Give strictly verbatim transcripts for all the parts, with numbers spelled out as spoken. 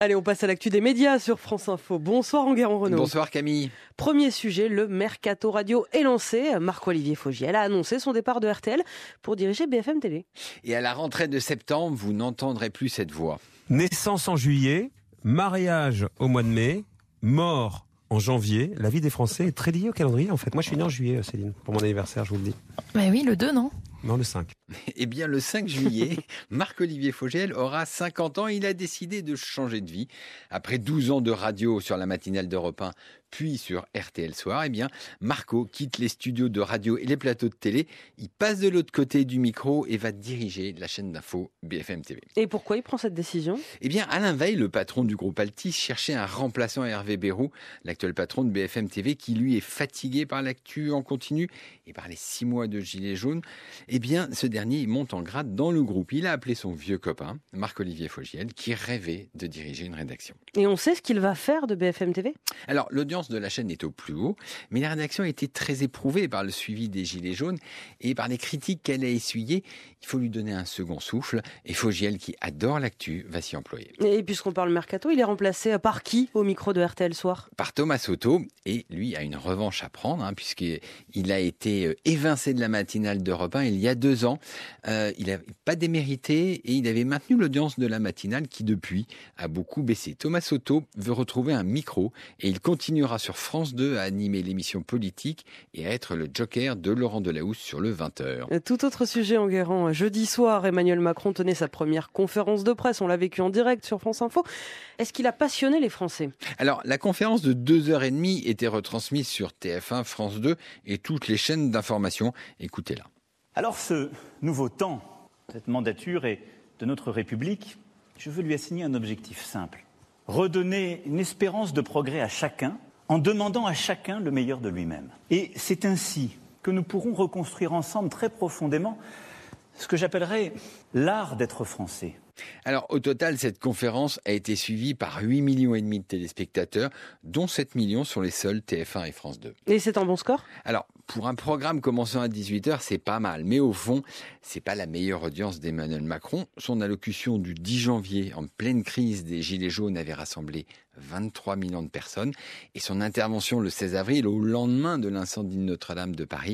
Allez, on passe à l'actu des médias sur France Info. Bonsoir Enguerrand-Renaud. Bonsoir Camille. Premier sujet, le Mercato Radio est lancé. Marc-Olivier Fogiel a annoncé son départ de R T L pour diriger B F M Télé. Et à la rentrée de septembre, vous n'entendrez plus cette voix. Naissance en juillet, mariage au mois de mai, mort en janvier. La vie des Français est très liée au calendrier en fait. Moi je suis né en juillet, Céline, pour mon anniversaire, je vous le dis. Bah oui, le deux, non ? Non, le cinq. Eh bien, le cinq juillet, Marc-Olivier Fogiel aura cinquante ans. Il a décidé de changer de vie. Après douze ans de radio sur la matinale d'Europe un, puis sur R T L Soir, eh bien, Marco quitte les studios de radio et les plateaux de télé. Il passe de l'autre côté du micro et va diriger la chaîne d'info B F M T V. Et pourquoi il prend cette décision ? Eh bien, Alain Veil, le patron du groupe Altis, cherchait un remplaçant à Hervé Bérou, l'actuel patron de B F M T V, qui lui est fatigué par l'actu en continu et par les six mois de gilets jaunes. Eh bien, ce dernier il monte en grade dans le groupe. Il a appelé son vieux copain, Marc-Olivier Fogiel, qui rêvait de diriger une rédaction. Et on sait ce qu'il va faire de B F M T V ? Alors, l'audience de la chaîne est au plus haut, mais la rédaction a été très éprouvée par le suivi des gilets jaunes et par les critiques qu'elle a essuyées. Il faut lui donner un second souffle et Fogiel, qui adore l'actu, va s'y employer. Et puisqu'on parle mercato, il est remplacé par qui au micro de R T L Soir ? Par Thomas Soto, et lui a une revanche à prendre, hein, puisqu'il a été évincé de la matinale d'Europe un il y a deux ans. Euh, il n'avait pas démérité et il avait maintenu l'audience de la matinale qui, depuis, a beaucoup baissé. Thomas Soto veut retrouver un micro et il continuera sur France deux à animer l'émission politique et à être le joker de Laurent Delahousse sur le vingt heures. Tout autre sujet, Enguerrand. Jeudi soir, Emmanuel Macron tenait sa première conférence de presse. On l'a vécu en direct sur France Info. Est-ce qu'il a passionné les Français ? Alors, la conférence de deux heures trente était retransmise sur T F un, France deux et toutes les chaînes d'information. Écoutez-la. Alors, ce nouveau temps, cette mandature et de notre République, je veux lui assigner un objectif simple. Redonner une espérance de progrès à chacun en demandant à chacun le meilleur de lui-même. Et c'est ainsi que nous pourrons reconstruire ensemble très profondément ce que j'appellerais l'art d'être français. Alors, au total, cette conférence a été suivie par huit millions et demi de téléspectateurs, dont sept millions sur les seuls T F un et France deux. Et c'est un bon score ? Alors, pour un programme commençant à dix-huit heures, c'est pas mal. Mais au fond, c'est pas la meilleure audience d'Emmanuel Macron. Son allocution du dix janvier, en pleine crise des Gilets jaunes, avait rassemblé vingt-trois millions de personnes. Et son intervention le seize avril, au lendemain de l'incendie de Notre-Dame de Paris,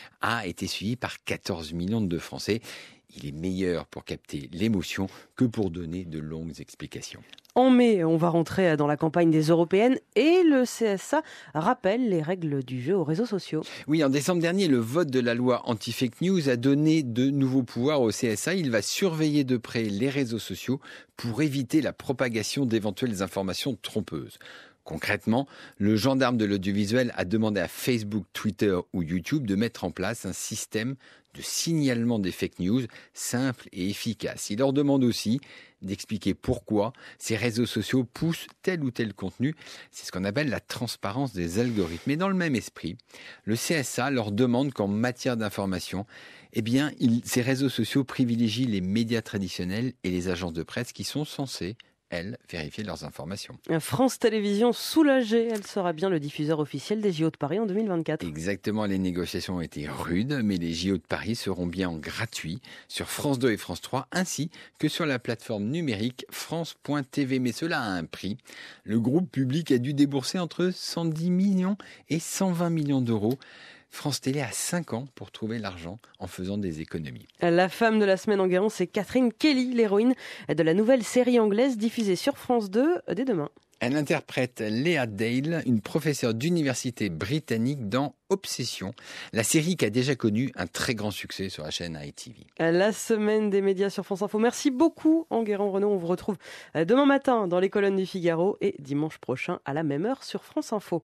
a été suivie par quatorze millions de Français. Il est meilleur pour capter l'émotion que pour donner de longues explications. En mai, on va rentrer dans la campagne des européennes et le C S A rappelle les règles du jeu aux réseaux sociaux. Oui, en décembre dernier, le vote de la loi anti-fake news a donné de nouveaux pouvoirs au C S A. Il va surveiller de près les réseaux sociaux pour éviter la propagation d'éventuelles informations trompeuses. Concrètement, le gendarme de l'audiovisuel a demandé à Facebook, Twitter ou YouTube de mettre en place un système de signalement des fake news simple et efficace. Il leur demande aussi d'expliquer pourquoi ces réseaux sociaux poussent tel ou tel contenu. C'est ce qu'on appelle la transparence des algorithmes. Et dans le même esprit, le C S A leur demande qu'en matière d'information, eh bien, il, ces réseaux sociaux privilégient les médias traditionnels et les agences de presse qui sont censées elles, vérifier leurs informations. France Télévisions soulagée, elle sera bien le diffuseur officiel des J O de Paris en deux mille vingt-quatre. Exactement, les négociations ont été rudes, mais les J O de Paris seront bien en gratuit sur France deux et France trois, ainsi que sur la plateforme numérique France point T V. Mais cela a un prix. Le groupe public a dû débourser entre cent dix millions et cent vingt millions d'euros. France Télé a cinq ans pour trouver l'argent en faisant des économies. La femme de la semaine en Guérande, c'est Catherine Kelly, l'héroïne de la nouvelle série anglaise diffusée sur France deux dès demain. Elle interprète Léa Dale, une professeure d'université britannique dans Obsession, la série qui a déjà connu un très grand succès sur la chaîne I T V. La semaine des médias sur France Info. Merci beaucoup Enguerrand-Renaud. On vous retrouve demain matin dans les colonnes du Figaro et dimanche prochain à la même heure sur France Info.